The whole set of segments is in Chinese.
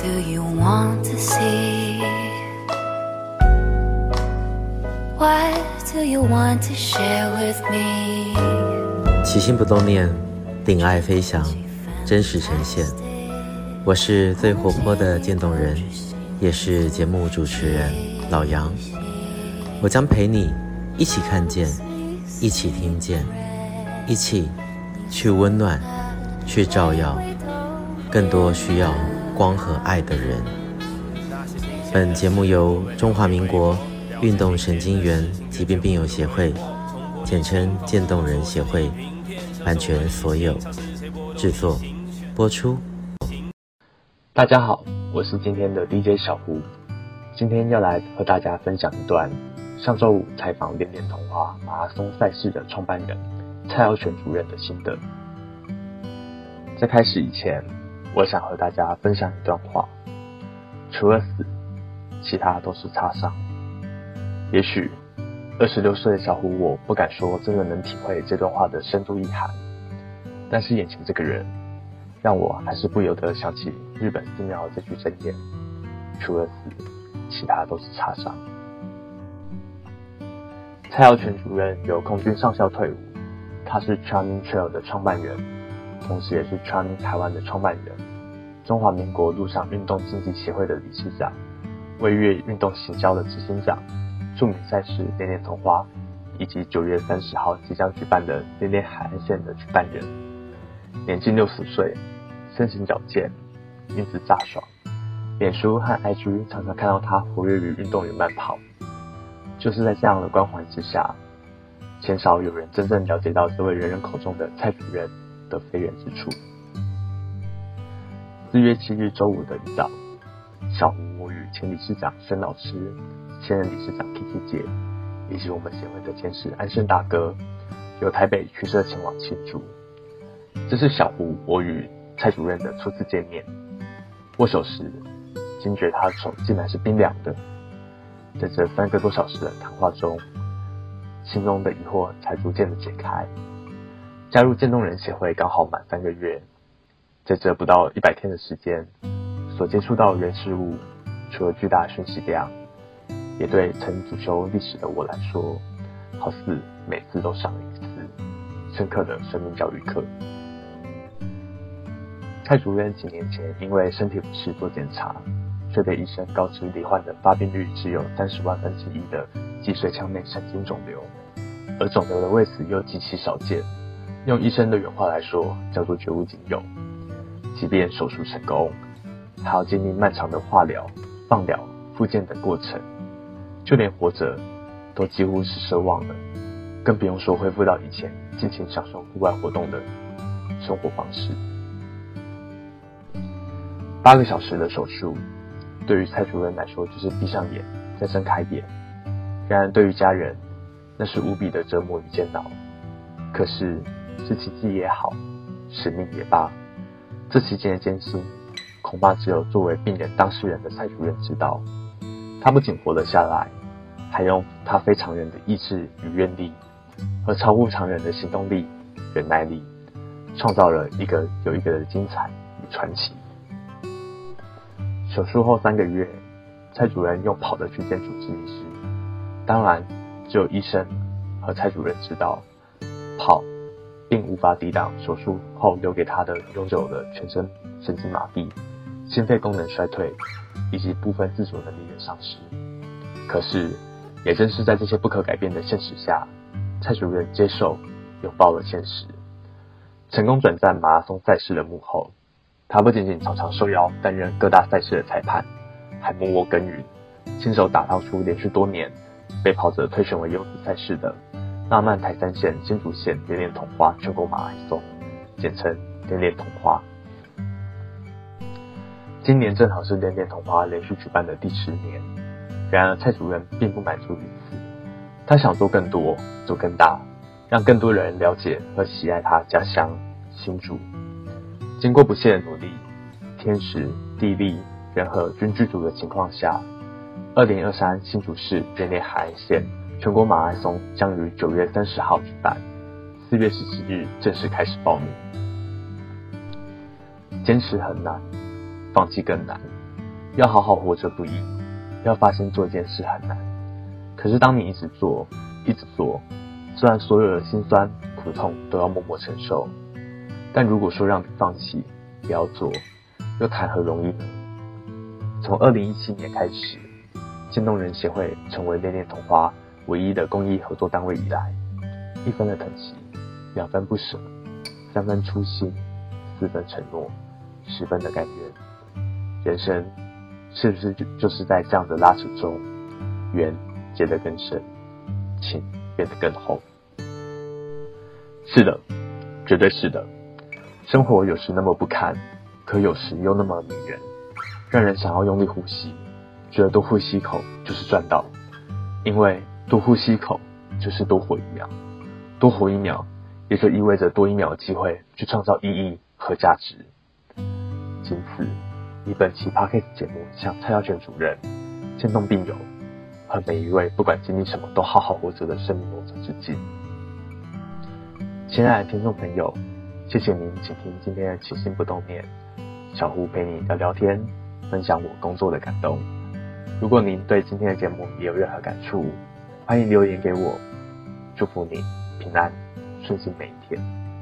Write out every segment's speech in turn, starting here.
do you want to see? What do you want to share with me? 起心不动念，顶爱飞翔，真实呈现。我是最活泼的渐冻人，也是节目主持人老杨。我将陪你一起看见，一起听见，一起去温暖，去照耀更多需要光和爱的人。本节目由中华民国运动神经元疾病病友协会，简称渐冻人协会，版权所有，制作播出。 大家好，我是今天的 DJ 小胡，今天要来和大家分享一段上周五采访恋恋童话马拉松赛事的创办人蔡耀全主任的心得。在开始以前，我想和大家分享一段话：除了死，其他都是擦伤。也许26岁的小胡我不敢说真的能体会这段话的深度意涵，但是眼前这个人让我还是不由得想起日本寺庙这句箴言：除了死，其他都是擦伤。蔡耀全主任由空军上校退伍，他是 Charming Trail 的创办人，同时也是 Charming 台湾的创办人，中华民国陆上运动竞技协会的理事长，卫乐运动行销的执行长，著名赛事恋恋童花，以及9月30号即将举办的恋恋海岸线的举办人。年近60岁，身形矫健，因此飒爽。脸书和 IG 常常看到他活跃于运动与慢跑。就是在这样的光环之下，鲜少有人真正了解到这位人人口中的蔡主任的非人之处。4月7日周五的一早，小胡我与前理事长申老师、现任理事长 Kiki 姐，以及我们协会的监事安生大哥，由台北驱车前往庆祝。这是小胡我与蔡主任的初次见面。握手时，惊觉他的手竟然是冰凉的。在这3个多小时的谈话中，心中的疑惑才逐渐的解开。加入渐冻人协会刚好满3个月，在这不到100天的时间，所接触到人事物，除了巨大的讯息量，也对曾主修历史的我来说，好似每次都上了一次深刻的生命教育课。蔡主任几年前因为身体不适做检查，却被医生告知罹患的发病率只有30万分之一的脊髓腔内神经肿瘤，而肿瘤的位置又极其少见，用医生的原话来说，叫做绝无仅有。即便手术成功，还要经历漫长的化疗、放疗、复健等过程，就连活着都几乎是奢望了，更不用说恢复到以前尽情享受户外活动的生活方式。8个小时的手术，对于蔡主任来说就是闭上眼再睁开眼，然而对于家人，那是无比的折磨与煎熬。可是是奇迹也好，使命也罢，这期间的艰辛，恐怕只有作为病人当事人的蔡主任知道。他不仅活了下来，还用他非常人的意志与愿力，和超乎常人的行动力、忍耐力，创造了一个又一个的精彩与传奇。手术后3个月，蔡主任用跑的去见主治医师。当然，只有医生和蔡主任知道，跑并无法抵挡手术后留给他的永久的全身神经麻痹、心肺功能衰退以及部分自主能力的丧失。可是，也正是在这些不可改变的现实下，蔡主任接受、拥抱了现实，成功转战马拉松赛事的幕后。他不仅仅常常受邀担任各大赛事的裁判，还默默耕耘，亲手打造出连续多年被跑者推选为优子赛事的浪漫台3线新竹县恋恋童花全国马拉松，简称恋恋童花。今年正好是恋恋童花连续举办的第10年，然而蔡主任并不满足于此，他想做更多，做更大，让更多人了解和喜爱他家乡新竹。经过不懈的努力，天时、地利、人和均具足的情况下，2023新竹市恋恋海岸线全国马拉松将于9月30号举办，4月17日正式开始报名。坚持很难，放弃更难。 要好好活着不易，要发现做一件事很难。可是当你一直做，虽然所有的辛酸苦痛都要默默承受，但如果说让你放弃，不要做，又谈何容易呢？从2017年开始，渐冻人协会成为恋恋童话唯一的公益合作单位以来，1分的疼惜，2分不舍，3分初心，4分承诺，10分的甘愿。人生是不是就是在这样的拉扯中，缘结得更深，情变得更厚？是的，绝对是的。生活有时那么不堪，可有时又那么迷人，让人想要用力呼吸，觉得多呼吸一口就是赚到，因为多呼吸一口就是多活1秒，多活1秒也就意味着多1秒的机会去创造意义和价值。仅此，以本期 Podcast 节目向蔡耀全主任、渐冻病友和每一位不管经历什么都好好活着的生命魔者致敬。亲爱的听众朋友，谢谢您倾听今天的起心不动念，小胡陪你聊聊天，分享我工作的感动。如果您对今天的节目也有任何感触，欢迎留言给我。祝福你平安顺心每一天。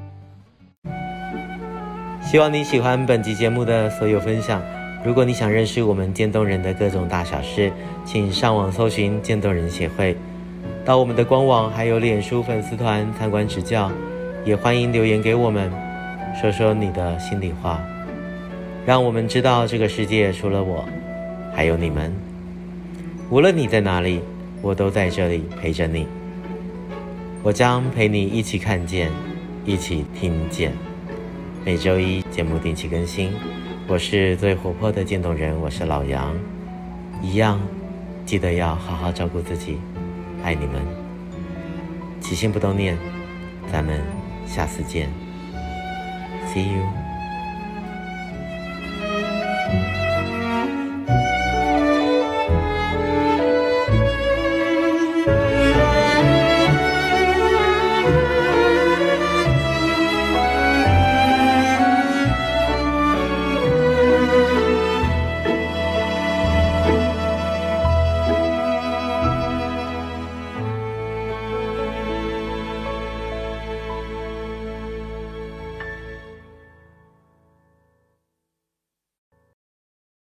希望你喜欢本集节目的所有分享。如果你想认识我们渐冻人的各种大小事，请上网搜寻渐冻人协会，到我们的官网还有脸书粉丝团参观指教，也欢迎留言给我们，说说你的心里话，让我们知道这个世界除了我还有你们。无论你在哪里，我都在这里陪着你，我将陪你一起看见，一起听见。每周一节目定期更新，我是最活泼的渐冻人，我是老杨。一样记得要好好照顾自己，爱你们。起心不动念，咱们下次见。See you。